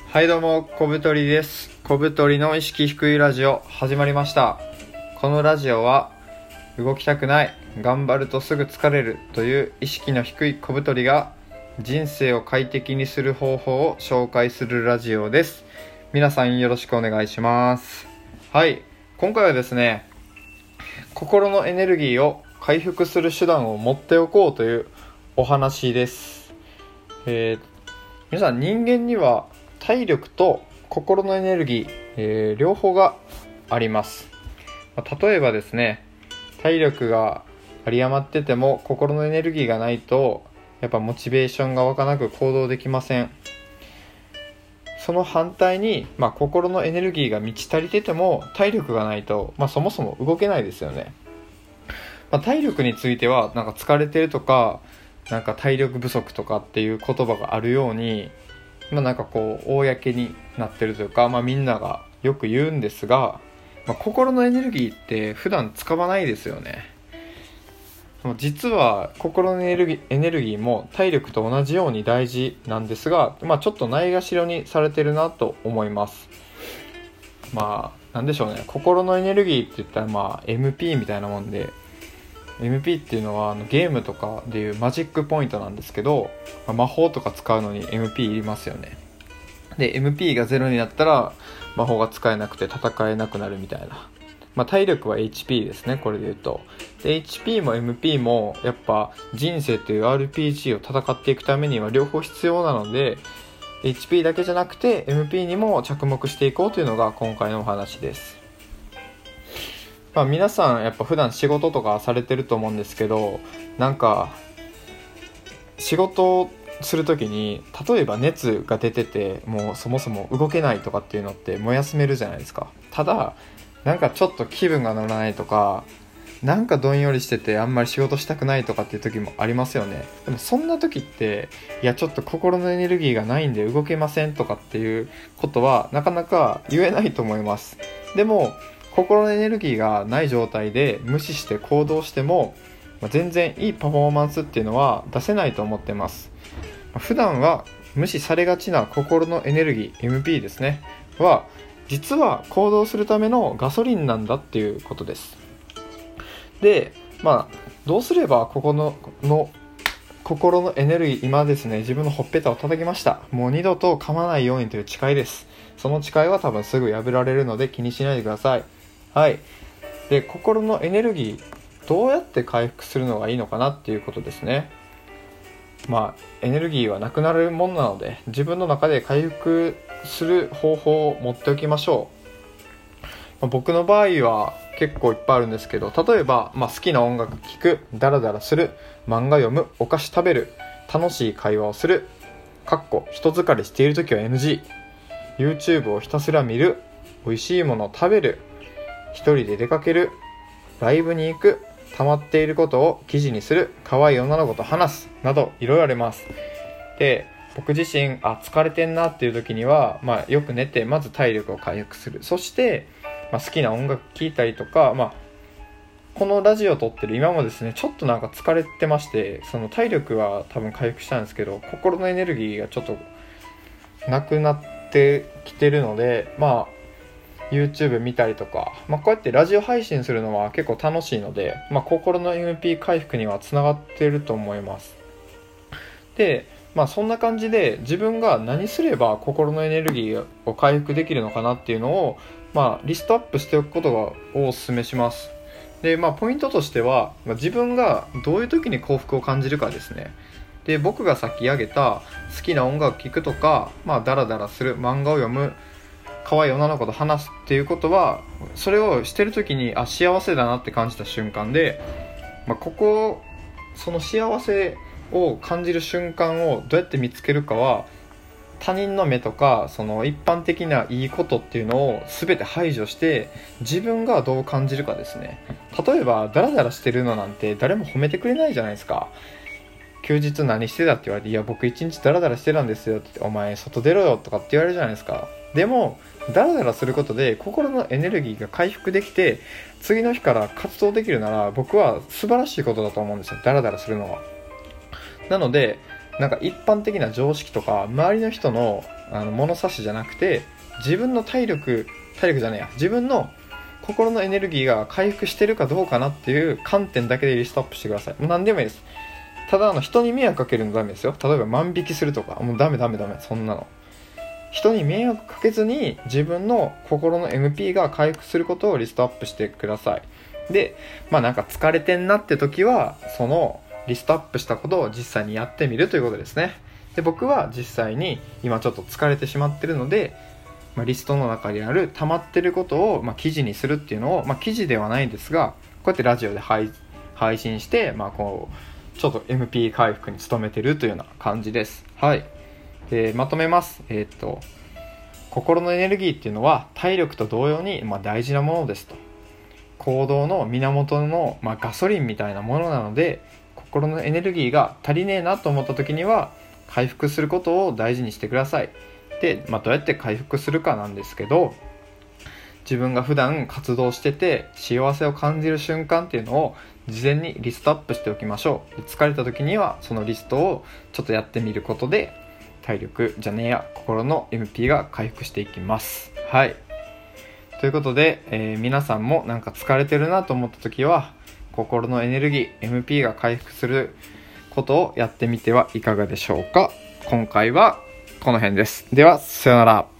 はいどうも、小太りです。小太りの意識低いラジオ始まりました。このラジオは動きたくない、頑張るとすぐ疲れるという意識の低い小太りが人生を快適にする方法を紹介するラジオです。皆さんよろしくお願いします。はい、今回はですね、心のエネルギーを回復する手段を持っておこうというお話です。皆さん、人間には体力と心のエネルギー、両方があります。例えばですね、体力が有り余ってても心のエネルギーがないとやっぱモチベーションが湧かなく行動できません。その反対に、心のエネルギーが満ち足りてても体力がないと、そもそも動けないですよね。体力については疲れてるとか体力不足とかっていう言葉があるように、公になってるというか、みんながよく言うんですが、心のエネルギーって普段使わないですよね。実は心のエネルギーも体力と同じように大事なんですが、ちょっとないがしろにされてるなと思います。なんでしょうね、心のエネルギーって言ったらMP みたいなもんで、MP っていうのはゲームとかでいうマジックポイントなんですけど、魔法とか使うのに MP いりますよね。で MP が0になったら魔法が使えなくて戦えなくなるみたいな、体力は HP ですね、これで言うと。で HP も MP もやっぱ人生という RPG を戦っていくためには両方必要なので、 HP だけじゃなくて MP にも着目していこうというのが今回のお話です。皆さんやっぱ普段仕事とかされてると思うんですけど、仕事をするときに例えば熱が出ててもうそもそも動けないとかっていうのってもう休めるじゃないですか。ただちょっと気分が乗らないとかどんよりしててあんまり仕事したくないとかっていう時もありますよね。でもそんな時ってちょっと心のエネルギーがないんで動けませんとかっていうことはなかなか言えないと思います。でも心のエネルギーがない状態で無視して行動しても、全然いいパフォーマンスっていうのは出せないと思ってます。普段は無視されがちな心のエネルギー MP ですねは、実は行動するためのガソリンなんだっていうことです。でどうすれば心のエネルギー、今ですね自分のほっぺたを叩きました。もう二度と噛まないようにという誓いです。その誓いは多分すぐ破られるので気にしないでください。はい。で心のエネルギーどうやって回復するのがいいのかなっていうことですね。エネルギーはなくなるものなので、自分の中で回復する方法を持っておきましょう。僕の場合は結構いっぱいあるんですけど、例えば、好きな音楽聴く、ダラダラする、漫画読む、お菓子食べる、楽しい会話をする、人疲れしているときは NG、 YouTube をひたすら見る、美味しいものを食べる、一人で出かける、ライブに行く、溜まっていることを記事にする、可愛い女の子と話すなどいろいろあります。で僕自身疲れてんなっていう時には、よく寝てまず体力を回復する。そして、好きな音楽聴いたりとか、このラジオを撮ってる今もですねちょっと疲れてまして、その体力は多分回復したんですけど、心のエネルギーがちょっとなくなってきてるので、YouTube 見たりとか、こうやってラジオ配信するのは結構楽しいので、心の MP 回復にはつながっていると思います。で、そんな感じで自分が何すれば心のエネルギーを回復できるのかなっていうのを、リストアップしておくことをお勧めします。で、ポイントとしては、自分がどういう時に幸福を感じるかですね。で、僕がさっき挙げた好きな音楽聴くとか、ダラダラする、漫画を読む、可愛い女の子と話すっていうことは、それをしてる時に幸せだなって感じた瞬間で、その幸せを感じる瞬間をどうやって見つけるかは、他人の目とかその一般的ないいことっていうのを全て排除して自分がどう感じるかですね。例えばダラダラしてるのなんて誰も褒めてくれないじゃないですか。休日何してたって言われて、いや僕一日ダラダラしてたんですよって、お前外出ろよとかって言われるじゃないですか。でもダラダラすることで心のエネルギーが回復できて次の日から活動できるなら、僕は素晴らしいことだと思うんですよ、ダラダラするのは。なのでなんか一般的な常識とか周りの人の物差しじゃなくて、自分の体力じゃないや、自分の心のエネルギーが回復してるかどうかなっていう観点だけでリストアップしてください。もう何でもいいです。ただ人に迷惑かけるのダメですよ。例えば万引きするとか、もうダメ、そんなの。人に迷惑かけずに自分の心の MP が回復することをリストアップしてください。で、なんか疲れてんなって時は、そのリストアップしたことを実際にやってみるということですね。で、僕は実際に今ちょっと疲れてしまってるので、リストの中にある溜まってることを、記事にするっていうのを、記事ではないんですが、こうやってラジオで配信して、こうちょっと MP 回復に努めてるというような感じです。はい。で、まとめます。心のエネルギーっていうのは体力と同様に、大事なものですと。行動の源の、ガソリンみたいなものなので、心のエネルギーが足りねえなと思った時には回復することを大事にしてください。で、どうやって回復するかなんですけど、自分が普段活動してて幸せを感じる瞬間っていうのを事前にリストアップしておきましょう。疲れた時にはそのリストをちょっとやってみることで心の MP が回復していきます。はい。ということで、皆さんもなんか疲れてるなと思った時は心のエネルギー MP が回復することをやってみてはいかがでしょうか。今回はこの辺です。では、さよなら。